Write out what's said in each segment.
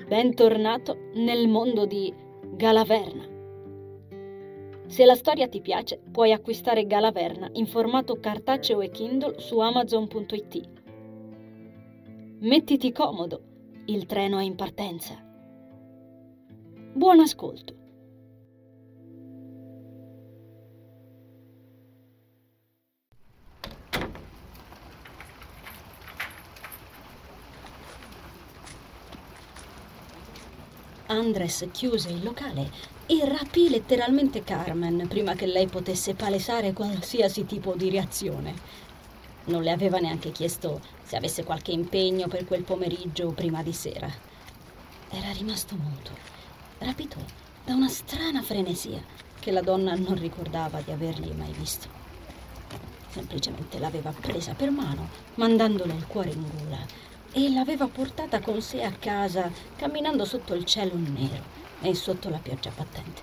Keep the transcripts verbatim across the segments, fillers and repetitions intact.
Bentornato nel mondo di Galaverna. Se la storia ti piace, puoi acquistare Galaverna in formato cartaceo e Kindle su amazon punto it. Mettiti comodo, il treno è in partenza. Buon ascolto. Andres chiuse il locale e rapì letteralmente Carmen prima che lei potesse palesare qualsiasi tipo di reazione. Non le aveva neanche chiesto se avesse qualche impegno per quel pomeriggio prima di sera. Era rimasto muto, rapito da una strana frenesia che la donna non ricordava di avergli mai visto. Semplicemente l'aveva presa per mano, mandandole il cuore in gola, e l'aveva portata con sé a casa, camminando sotto il cielo nero e sotto la pioggia battente.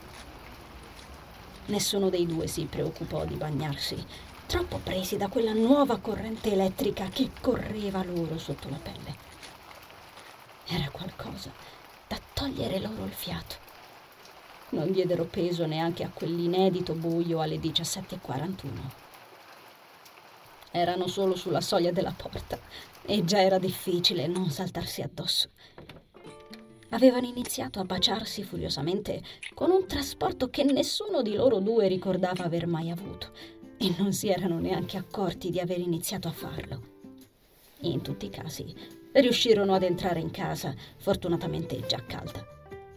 Nessuno dei due si preoccupò di bagnarsi, troppo presi da quella nuova corrente elettrica che correva loro sotto la pelle. Era qualcosa da togliere loro il fiato. Non diedero peso neanche a quell'inedito buio alle diciassette e quarantuno. Erano solo sulla soglia della porta e già era difficile non saltarsi addosso. Avevano iniziato a baciarsi furiosamente con un trasporto che nessuno di loro due ricordava aver mai avuto e non si erano neanche accorti di aver iniziato a farlo. In tutti i casi riuscirono ad entrare in casa, fortunatamente già calda.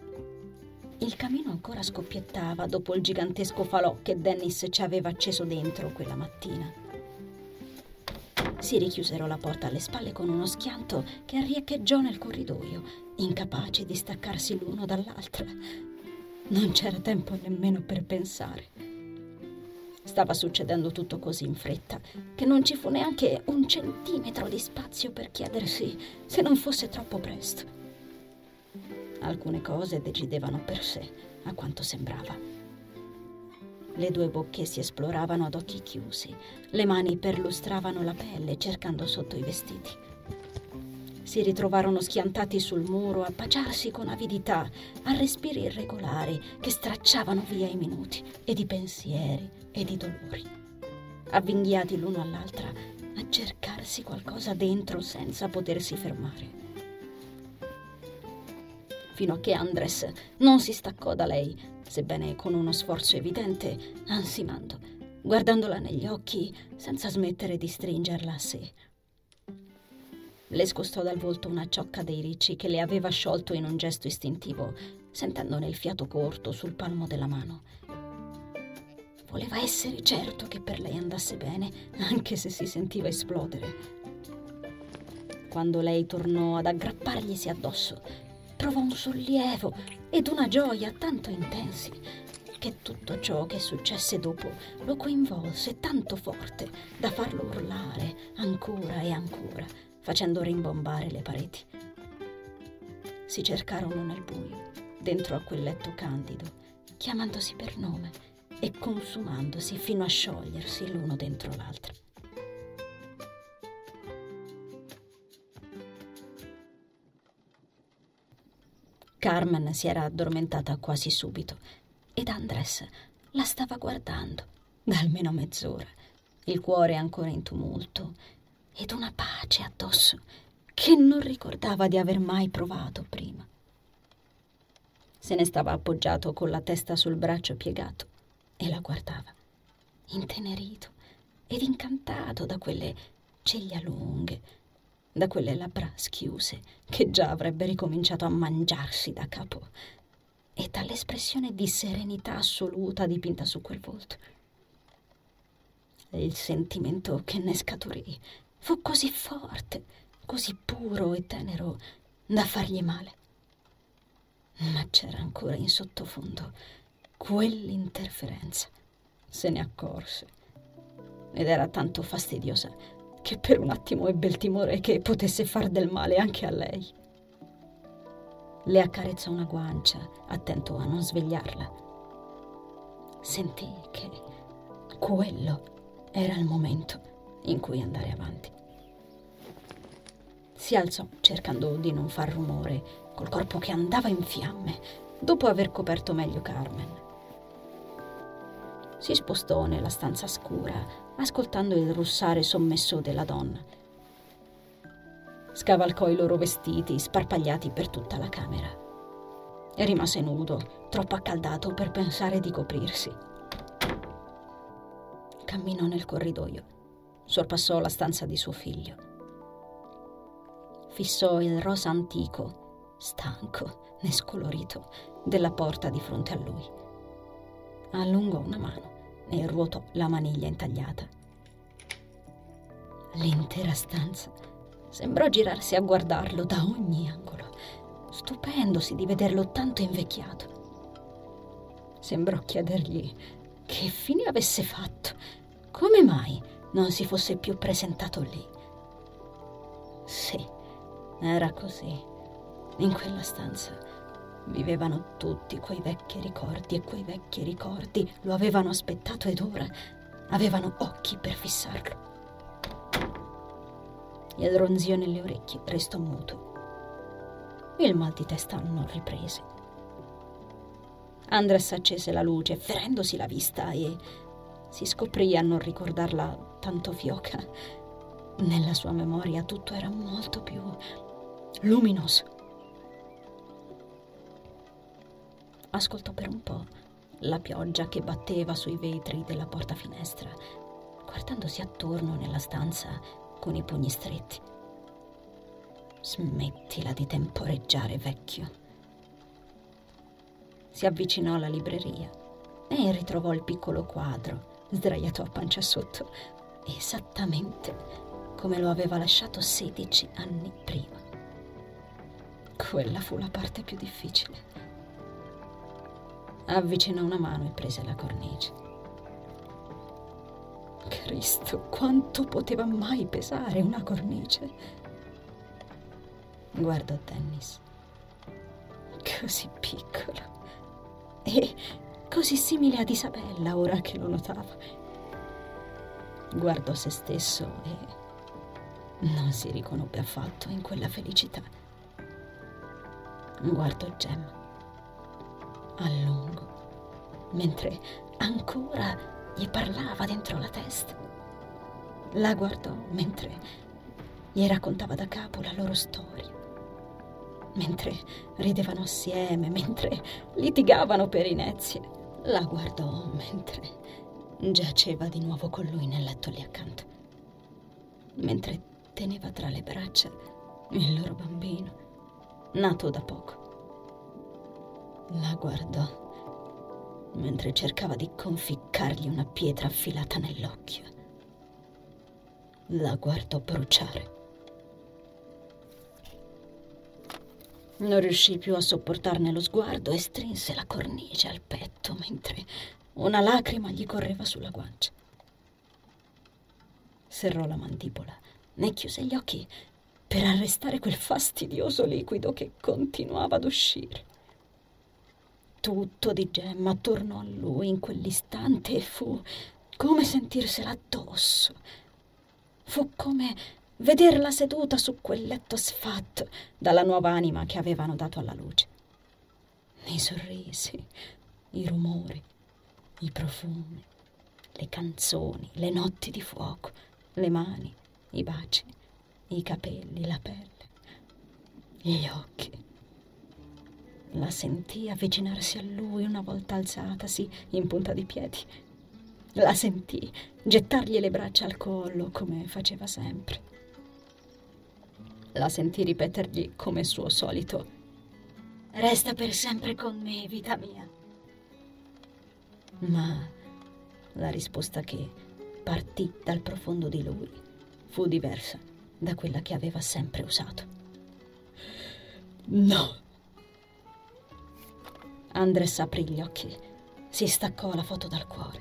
Il camino ancora scoppiettava dopo il gigantesco falò che Dennis ci aveva acceso dentro quella mattina. Si richiusero la porta alle spalle con uno schianto che riecheggiò nel corridoio, incapaci di staccarsi l'uno dall'altra. Non c'era tempo nemmeno per pensare. Stava succedendo tutto così in fretta che non ci fu neanche un centimetro di spazio per chiedersi se non fosse troppo presto. Alcune cose decidevano per sé, a quanto sembrava. Le due bocche si esploravano ad occhi chiusi, le mani perlustravano la pelle cercando sotto i vestiti. Si ritrovarono schiantati sul muro a baciarsi con avidità, a respiri irregolari che stracciavano via i minuti ed i pensieri ed i dolori. Avvinghiati l'uno all'altra a cercarsi qualcosa dentro senza potersi fermare. Fino a che Andres non si staccò da lei, sebbene con uno sforzo evidente, ansimando, guardandola negli occhi senza smettere di stringerla a sé. Le scostò dal volto una ciocca dei ricci che le aveva sciolto in un gesto istintivo, sentendone il fiato corto sul palmo della mano. Voleva essere certo che per lei andasse bene, anche se si sentiva esplodere. Quando lei tornò ad aggrapparglisi addosso, provò un sollievo ed una gioia tanto intensi che tutto ciò che successe dopo lo coinvolse tanto forte da farlo urlare ancora e ancora, facendo rimbombare le pareti. Si cercarono nel buio, dentro a quel letto candido, chiamandosi per nome e consumandosi fino a sciogliersi l'uno dentro l'altro. Carmen si era addormentata quasi subito ed Andres la stava guardando da almeno mezz'ora, il cuore ancora in tumulto ed una pace addosso che non ricordava di aver mai provato prima. Se ne stava appoggiato con la testa sul braccio piegato e la guardava, intenerito ed incantato da quelle ciglia lunghe, da quelle labbra schiuse che già avrebbe ricominciato a mangiarsi da capo e dall'espressione di serenità assoluta dipinta su quel volto. E il sentimento che ne scaturì fu così forte, così puro e tenero da fargli male. Ma c'era ancora in sottofondo quell'interferenza. Se ne accorse ed era tanto fastidiosa che per un attimo ebbe il timore che potesse far del male anche a lei. Le accarezzò una guancia, attento a non svegliarla. Sentì che quello era il momento in cui andare avanti. Si alzò cercando di non far rumore, col corpo che andava in fiamme, dopo aver coperto meglio Carmen. Si spostò nella stanza scura, ascoltando il russare sommesso della donna. Scavalcò i loro vestiti, sparpagliati per tutta la camera. E rimase nudo, troppo accaldato per pensare di coprirsi. Camminò nel corridoio, sorpassò la stanza di suo figlio. Fissò il rosa antico, stanco né scolorito, della porta di fronte a lui. Allungò una mano e ruotò la maniglia intagliata. L'intera stanza sembrò girarsi a guardarlo da ogni angolo, stupendosi di vederlo tanto invecchiato. Sembrò chiedergli che fine avesse fatto, come mai non si fosse più presentato lì. Sì, era così. In quella stanza vivevano tutti quei vecchi ricordi e quei vecchi ricordi lo avevano aspettato ed ora avevano occhi per fissarlo. Il ronzio nelle orecchie restò muto. Il mal di testa non riprese. Andres accese la luce, ferendosi la vista, e si scoprì a non ricordarla tanto fioca. Nella sua memoria tutto era molto più luminoso. Ascoltò per un po' la pioggia che batteva sui vetri della porta-finestra, guardandosi attorno nella stanza con i pugni stretti. Smettila di temporeggiare, vecchio. Si avvicinò alla libreria e ritrovò il piccolo quadro, sdraiato a pancia sotto, esattamente come lo aveva lasciato sedici anni prima. Quella fu la parte più difficile. Avvicinò una mano e prese la cornice. Cristo, quanto poteva mai pesare una cornice? Guardò Dennis, così piccolo e così simile ad Isabella ora che lo notava. Guardò se stesso e non si riconobbe affatto in quella felicità. Guardò Gemma a lungo, mentre ancora gli parlava dentro la testa. La guardò mentre gli raccontava da capo la loro storia, mentre ridevano assieme, mentre litigavano per inezie. La guardò mentre giaceva di nuovo con lui nel letto lì accanto, mentre teneva tra le braccia il loro bambino, nato da poco. La guardò mentre cercava di conficcargli una pietra affilata nell'occhio. La guardò bruciare. Non riuscì più a sopportarne lo sguardo e strinse la cornice al petto mentre una lacrima gli correva sulla guancia. Serrò la mandibola, ne chiuse gli occhi per arrestare quel fastidioso liquido che continuava ad uscire. Tutto di Gemma tornò a lui in quell'istante e fu come sentirsela addosso. Fu come vederla seduta su quel letto sfatto dalla nuova anima che avevano dato alla luce. I sorrisi, i rumori, i profumi, le canzoni, le notti di fuoco, le mani, i baci, i capelli, la pelle, gli occhi. La sentì avvicinarsi a lui una volta alzatasi in punta di piedi. La sentì gettargli le braccia al collo come faceva sempre. La sentì ripetergli come suo solito: "Resta per sempre con me, vita mia." Ma la risposta che partì dal profondo di lui fu diversa da quella che aveva sempre usato. "No." Andres aprì gli occhi, si staccò la foto dal cuore.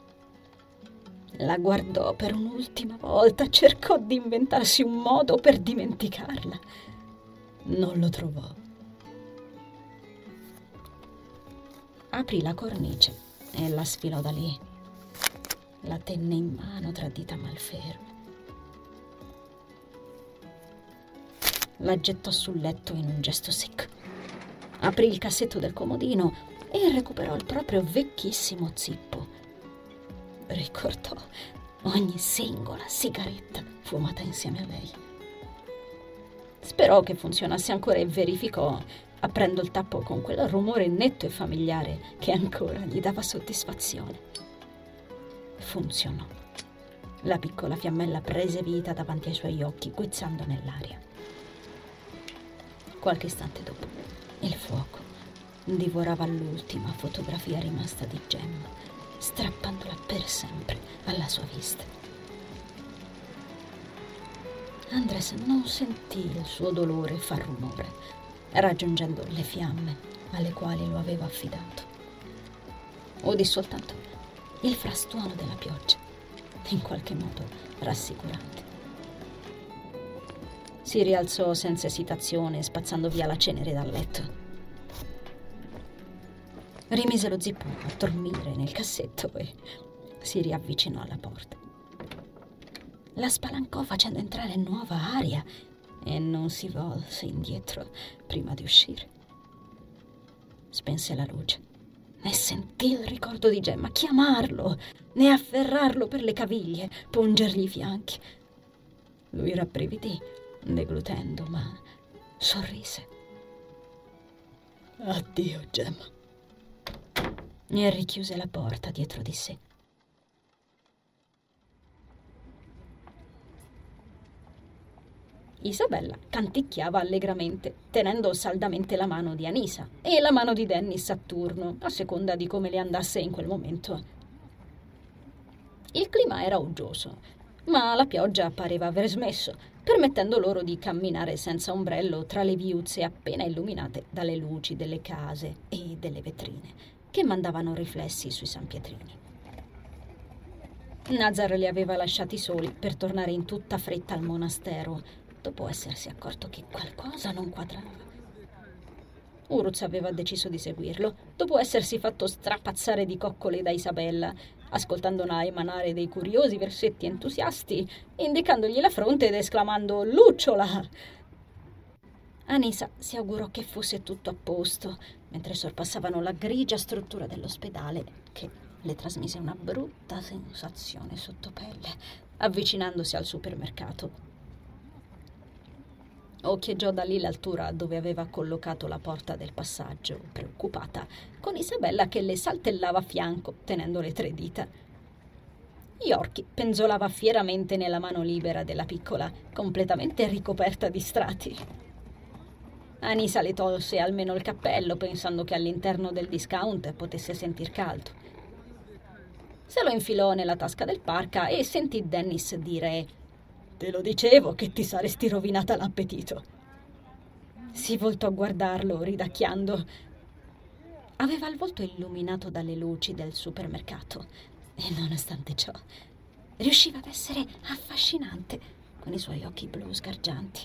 La guardò per un'ultima volta, cercò di inventarsi un modo per dimenticarla. Non lo trovò. Aprì la cornice e la sfilò da lì. La tenne in mano tra dita malferme. La gettò sul letto in un gesto secco. Aprì il cassetto del comodino e recuperò il proprio vecchissimo zippo. Ricordò ogni singola sigaretta fumata insieme a lei. Sperò che funzionasse ancora e verificò, aprendo il tappo con quel rumore netto e familiare che ancora gli dava soddisfazione. Funzionò. La piccola fiammella prese vita davanti ai suoi occhi, guizzando nell'aria. Qualche istante dopo, il fuoco divorava l'ultima fotografia rimasta di Gemma, strappandola per sempre alla sua vista. Andres non sentì il suo dolore far rumore, raggiungendo le fiamme alle quali lo aveva affidato. Udì soltanto il frastuono della pioggia, in qualche modo rassicurante. Si rialzò senza esitazione, spazzando via la cenere dal letto. Rimise lo zippo a dormire nel cassetto e si riavvicinò alla porta. La spalancò facendo entrare nuova aria e non si volse indietro prima di uscire. Spense la luce e sentì il ricordo di Gemma chiamarlo, né afferrarlo per le caviglie, pungergli i fianchi. Lui rabbrividì, deglutendo, ma sorrise. Addio, Gemma. E richiuse la porta dietro di sé. Isabella canticchiava allegramente, tenendo saldamente la mano di Anisa e la mano di Dennis a turno, a seconda di come le andasse in quel momento. Il clima era uggioso, ma la pioggia pareva aver smesso, permettendo loro di camminare senza ombrello tra le viuzze appena illuminate dalle luci delle case e delle vetrine, che mandavano riflessi sui sanpietrini. Nazar li aveva lasciati soli per tornare in tutta fretta al monastero, dopo essersi accorto che qualcosa non quadrava. Uruz aveva deciso di seguirlo, dopo essersi fatto strapazzare di coccole da Isabella, ascoltandola emanare dei curiosi versetti entusiasti, indicandogli la fronte ed esclamando «Lucciola!». Anisa si augurò che fosse tutto a posto, mentre sorpassavano la grigia struttura dell'ospedale, che le trasmise una brutta sensazione sotto pelle, avvicinandosi al supermercato. Occhieggiò da lì l'altura dove aveva collocato la porta del passaggio, preoccupata, con Isabella che le saltellava a fianco, tenendo le tre dita. Yorkie penzolava fieramente nella mano libera della piccola, completamente ricoperta di strati. Anisa le tolse almeno il cappello, pensando che all'interno del discount potesse sentir caldo. Se lo infilò nella tasca del parka e sentì Dennis dire «Te lo dicevo che ti saresti rovinata l'appetito». Si voltò a guardarlo, ridacchiando. Aveva il volto illuminato dalle luci del supermercato e, nonostante ciò, riusciva ad essere affascinante con i suoi occhi blu sgargianti.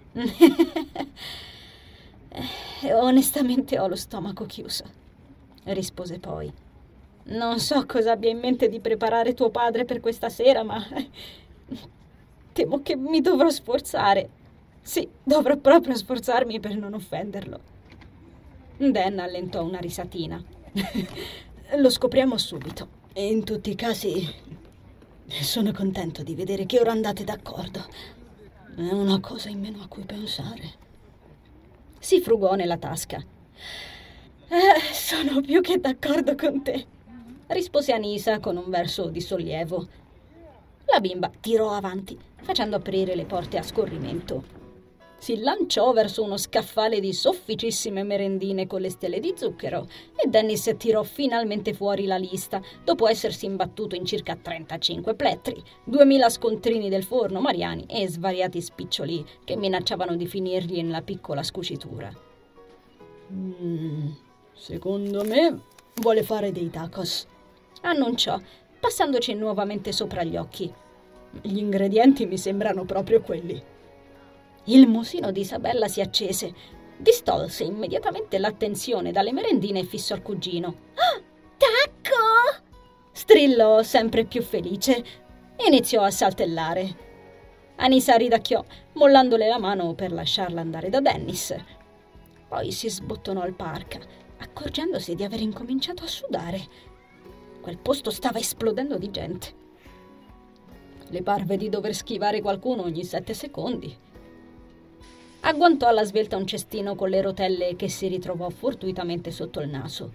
«Onestamente ho lo stomaco chiuso», rispose poi. «Non so cosa abbia in mente di preparare tuo padre per questa sera, ma temo che mi dovrò sforzare. Sì, dovrò proprio sforzarmi per non offenderlo». Dan allentò una risatina. «Lo scopriamo subito. In tutti i casi, sono contento di vedere che ora andate d'accordo. È una cosa in meno a cui pensare». Si frugò nella tasca. Eh, «Sono più che d'accordo con te», rispose Anisa con un verso di sollievo. La bimba tirò avanti, facendo aprire le porte a scorrimento. Si lanciò verso uno scaffale di sofficissime merendine con le stelle di zucchero e Dennis tirò finalmente fuori la lista, dopo essersi imbattuto in circa trentacinque plettri, duemila scontrini del forno Mariani e svariati spiccioli che minacciavano di finirgli nella piccola scucitura. Mm, «Secondo me vuole fare dei tacos», annunciò, passandoci nuovamente sopra gli occhi. «Gli ingredienti mi sembrano proprio quelli». Il musino di Isabella si accese, distolse immediatamente l'attenzione dalle merendine e fissò il cugino. «Ah, tacco!» strillò sempre più felice e iniziò a saltellare. Anisa ridacchiò, mollandole la mano per lasciarla andare da Dennis. Poi si sbottonò al parca, accorgendosi di aver incominciato a sudare. Quel posto stava esplodendo di gente. Le parve di dover schivare qualcuno ogni sette secondi. Agguantò alla svelta un cestino con le rotelle che si ritrovò fortuitamente sotto il naso.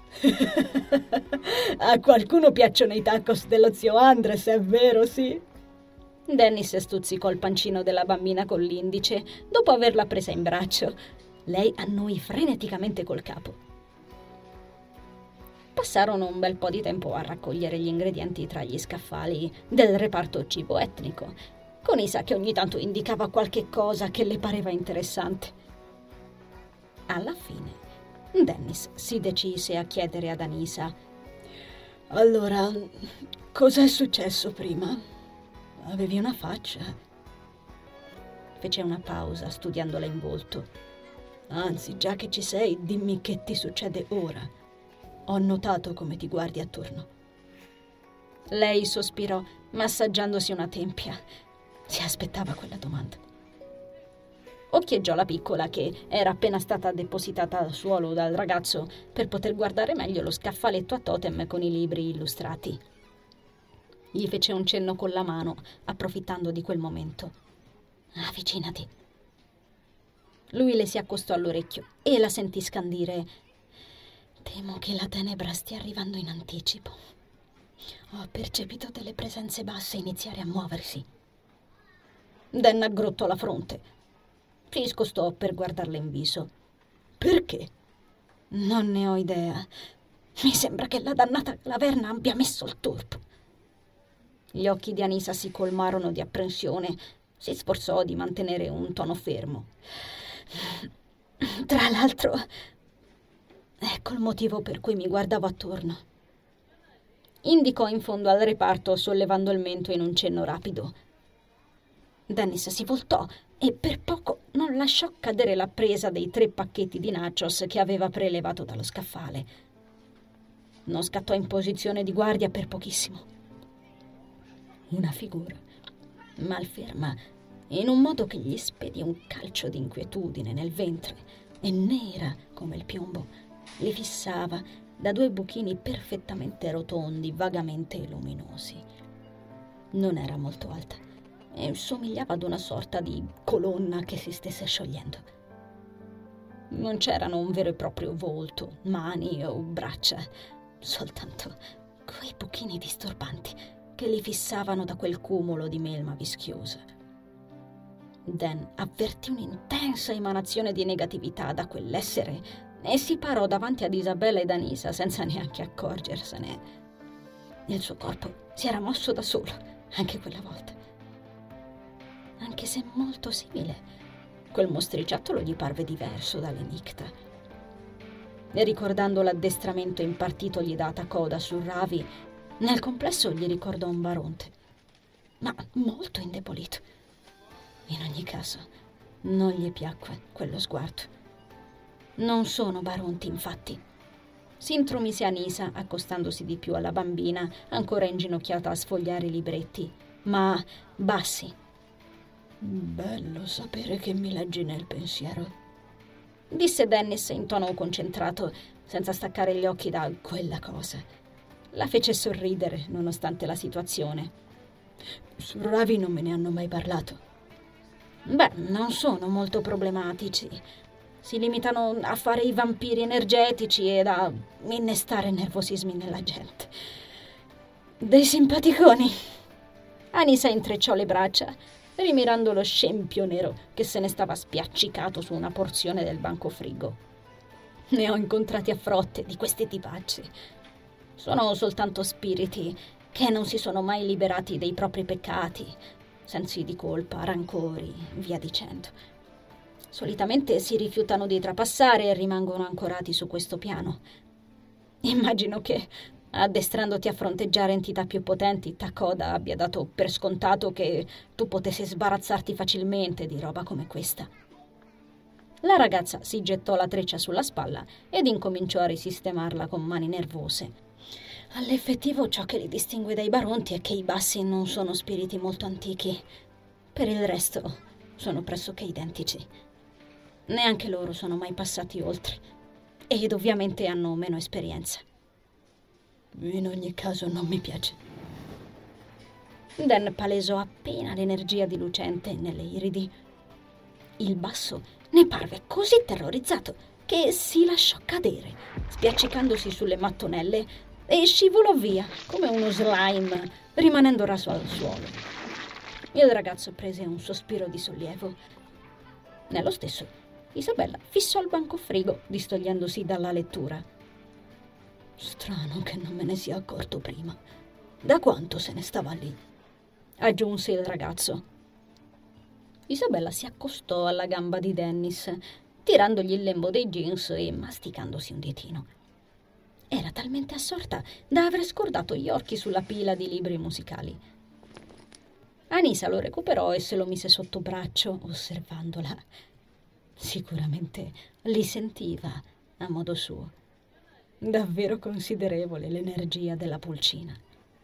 A qualcuno piacciono i tacos dello zio Andres, è vero, sì? Dennis stuzzicò il pancino della bambina con l'indice, dopo averla presa in braccio. Lei annui freneticamente col capo. Passarono un bel po' di tempo a raccogliere gli ingredienti tra gli scaffali del reparto cibo etnico, con Isa che ogni tanto indicava qualche cosa che le pareva interessante. Alla fine, Dennis si decise a chiedere ad Anisa: «Allora, cos'è successo prima? Avevi una faccia». Fece una pausa studiandola in volto. «Anzi, già che ci sei, dimmi che ti succede ora. Ho notato come ti guardi attorno». Lei sospirò, massaggiandosi una tempia. Si aspettava quella domanda. Occhieggiò la piccola, che era appena stata depositata al suolo dal ragazzo per poter guardare meglio lo scaffaletto a totem con i libri illustrati. Gli fece un cenno con la mano, approfittando di quel momento. «Avvicinati». Lui le si accostò all'orecchio e la sentì scandire: «Temo che la tenebra stia arrivando in anticipo. Ho percepito delle presenze basse iniziare a muoversi». Dan aggrottò la fronte. Si scostò per guardarla in viso. «Perché?» «Non ne ho idea. Mi sembra che la dannata caverna abbia messo il torpo». Gli occhi di Anisa si colmarono di apprensione. Si sforzò di mantenere un tono fermo. «Tra l'altro, ecco il motivo per cui mi guardavo attorno». Indicò in fondo al reparto, sollevando il mento in un cenno rapido. Dennis si voltò e per poco non lasciò cadere la presa dei tre pacchetti di nachos che aveva prelevato dallo scaffale. Non scattò in posizione di guardia per pochissimo. Una figura, malferma, in un modo che gli spedì un calcio di inquietudine nel ventre, e nera come il piombo, li fissava da due buchini perfettamente rotondi, vagamente luminosi. Non era molto alta e somigliava ad una sorta di colonna che si stesse sciogliendo. Non c'erano un vero e proprio volto, mani o braccia, soltanto quei buchini disturbanti che li fissavano da quel cumulo di melma vischiosa. Dan avvertì un'intensa emanazione di negatività da quell'essere e si parò davanti ad Isabella ed Anisa senza neanche accorgersene. Il suo corpo si era mosso da solo, anche quella volta. Anche se molto simile, quel mostriciattolo gli parve diverso dalle Nicta. E ricordando l'addestramento impartitogli da Takoda su Ravi, nel complesso gli ricordò un baronte, ma molto indebolito. In ogni caso, non gli piacque quello sguardo. Non sono baronti, infatti. Si intromise Anisa, accostandosi di più alla bambina, ancora inginocchiata a sfogliare i libretti, ma bassi. «Bello sapere che mi leggi nel pensiero», disse Dennis in tono concentrato, senza staccare gli occhi da quella cosa. La fece sorridere, nonostante la situazione. «Su Ravi non me ne hanno mai parlato». «Beh, non sono molto problematici. Si limitano a fare i vampiri energetici ed a innestare nervosismi nella gente. Dei simpaticoni». Anisa intrecciò le braccia, rimirando lo scempio nero che se ne stava spiaccicato su una porzione del banco frigo. «Ne ho incontrati a frotte di questi tipacci. Sono soltanto spiriti che non si sono mai liberati dei propri peccati, sensi di colpa, rancori, via dicendo. Solitamente si rifiutano di trapassare e rimangono ancorati su questo piano. Immagino che, addestrandoti a fronteggiare entità più potenti, Takoda abbia dato per scontato che tu potessi sbarazzarti facilmente di roba come questa». La ragazza si gettò la treccia sulla spalla ed incominciò a risistemarla con mani nervose. «All'effettivo ciò che li distingue dai baronti è che i bassi non sono spiriti molto antichi. Per il resto sono pressoché identici». Neanche loro sono mai passati oltre, ed ovviamente hanno meno esperienza. In ogni caso non mi piace. Dan palesò appena l'energia di Lucente nelle iridi. Il basso ne parve così terrorizzato che si lasciò cadere, spiaccicandosi sulle mattonelle, e scivolò via come uno slime, rimanendo raso al suolo. Il ragazzo prese un sospiro di sollievo. Nello stesso, Isabella fissò il banco frigo, distogliendosi dalla lettura. Strano che non me ne sia accorto prima. Da quanto se ne stava lì? Aggiunse il ragazzo. Isabella si accostò alla gamba di Dennis, tirandogli il lembo dei jeans e masticandosi un ditino. Era talmente assorta da aver scordato gli occhi sulla pila di libri musicali. Anisa lo recuperò e se lo mise sotto braccio, osservandola. Sicuramente li sentiva a modo suo. Davvero considerevole l'energia della pulcina.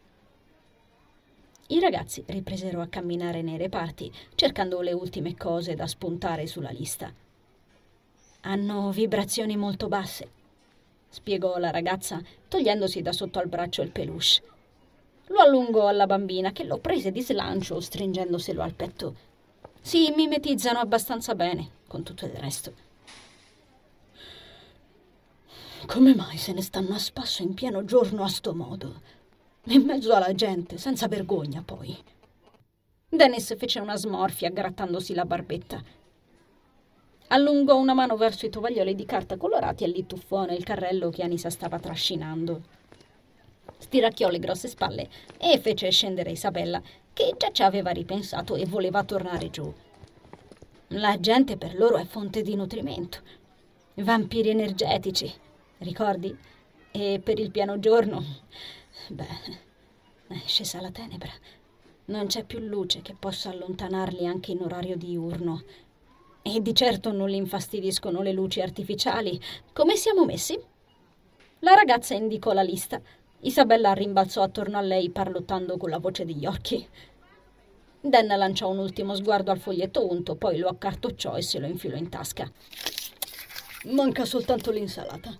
I ragazzi ripresero a camminare nei reparti, cercando le ultime cose da spuntare sulla lista. Hanno vibrazioni molto basse, spiegò la ragazza, togliendosi da sotto al braccio il peluche. Lo allungò alla bambina, che lo prese di slancio, stringendoselo al petto. Si mimetizzano abbastanza bene con tutto il resto. Come mai se ne stanno a spasso in pieno giorno a sto modo? In mezzo alla gente, senza vergogna poi. Dennis fece una smorfia grattandosi la barbetta. Allungò una mano verso i tovaglioli di carta colorati e li tuffò nel carrello che Anisa stava trascinando. Stiracchiò le grosse spalle e fece scendere Isabella, che già ci aveva ripensato e voleva tornare giù. La gente per loro è fonte di nutrimento. Vampiri energetici, ricordi? E per il piano giorno, beh, è scesa la tenebra. Non c'è più luce che possa allontanarli anche in orario diurno. E di certo non li infastidiscono le luci artificiali. Come siamo messi? La ragazza indicò la lista. Isabella rimbalzò attorno a lei parlottando con la voce degli orchi. Dan lanciò un ultimo sguardo al foglietto unto, poi lo accartocciò e se lo infilò in tasca. Manca soltanto l'insalata.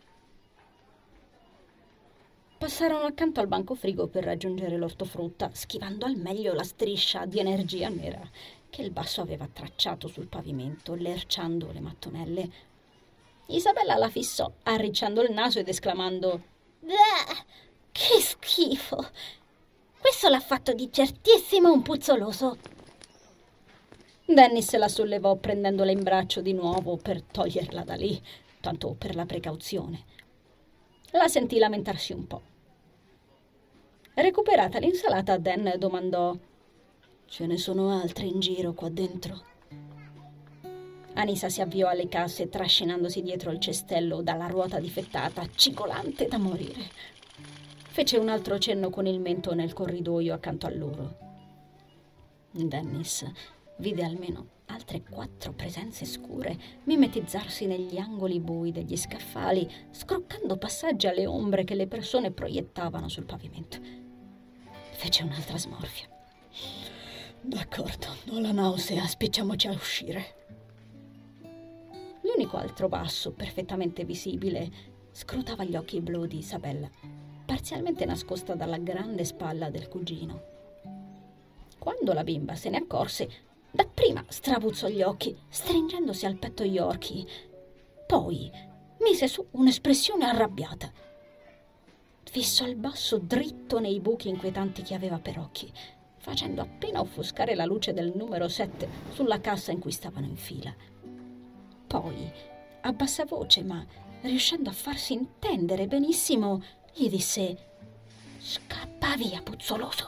Passarono accanto al banco frigo per raggiungere l'ortofrutta, schivando al meglio la striscia di energia nera che il basso aveva tracciato sul pavimento, lerciando le mattonelle. Isabella la fissò, arricciando il naso ed esclamando: «Ah, che schifo! Questo l'ha fatto di certissimo un puzzoloso!» Dennis la sollevò prendendola in braccio di nuovo per toglierla da lì, tanto per la precauzione. La sentì lamentarsi un po'. Recuperata l'insalata, Dan domandò: «Ce ne sono altri in giro qua dentro?» Anisa si avviò alle casse, trascinandosi dietro il cestello dalla ruota difettata, cigolante da morire. Fece un altro cenno con il mento nel corridoio accanto a loro. Dennis vide almeno altre quattro presenze scure mimetizzarsi negli angoli bui degli scaffali, scroccando passaggi alle ombre che le persone proiettavano sul pavimento. Fece un'altra smorfia. «D'accordo, ho la nausea, spicciamoci a uscire». L'unico altro basso, perfettamente visibile, scrutava gli occhi blu di Isabella, parzialmente nascosta dalla grande spalla del cugino. Quando la bimba se ne accorse, dapprima strabuzzò gli occhi, stringendosi al petto gli orchi. Poi mise su un'espressione arrabbiata. Fissò il basso dritto nei buchi inquietanti che aveva per occhi, facendo appena offuscare la luce del numero sette sulla cassa in cui stavano in fila. Poi, a bassa voce, ma riuscendo a farsi intendere benissimo, gli disse: «Scappa via, puzzoloso!»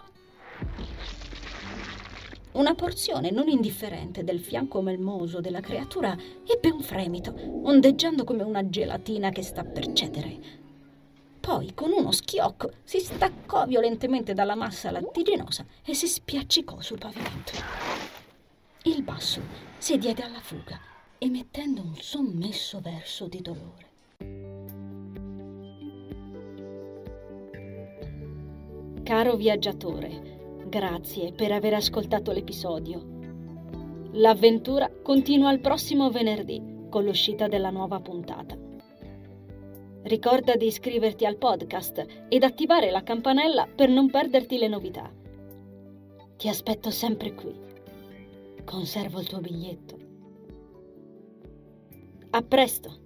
Una porzione non indifferente del fianco melmoso della creatura ebbe un fremito, ondeggiando come una gelatina che sta per cedere. Poi, con uno schiocco, si staccò violentemente dalla massa lattiginosa e si spiaccicò sul pavimento. Il basso si diede alla fuga, emettendo un sommesso verso di dolore. Caro viaggiatore, grazie per aver ascoltato l'episodio. L'avventura continua il prossimo venerdì con l'uscita della nuova puntata. Ricorda di iscriverti al podcast ed attivare la campanella per non perderti le novità. Ti aspetto sempre qui. Conservo il tuo biglietto. A presto!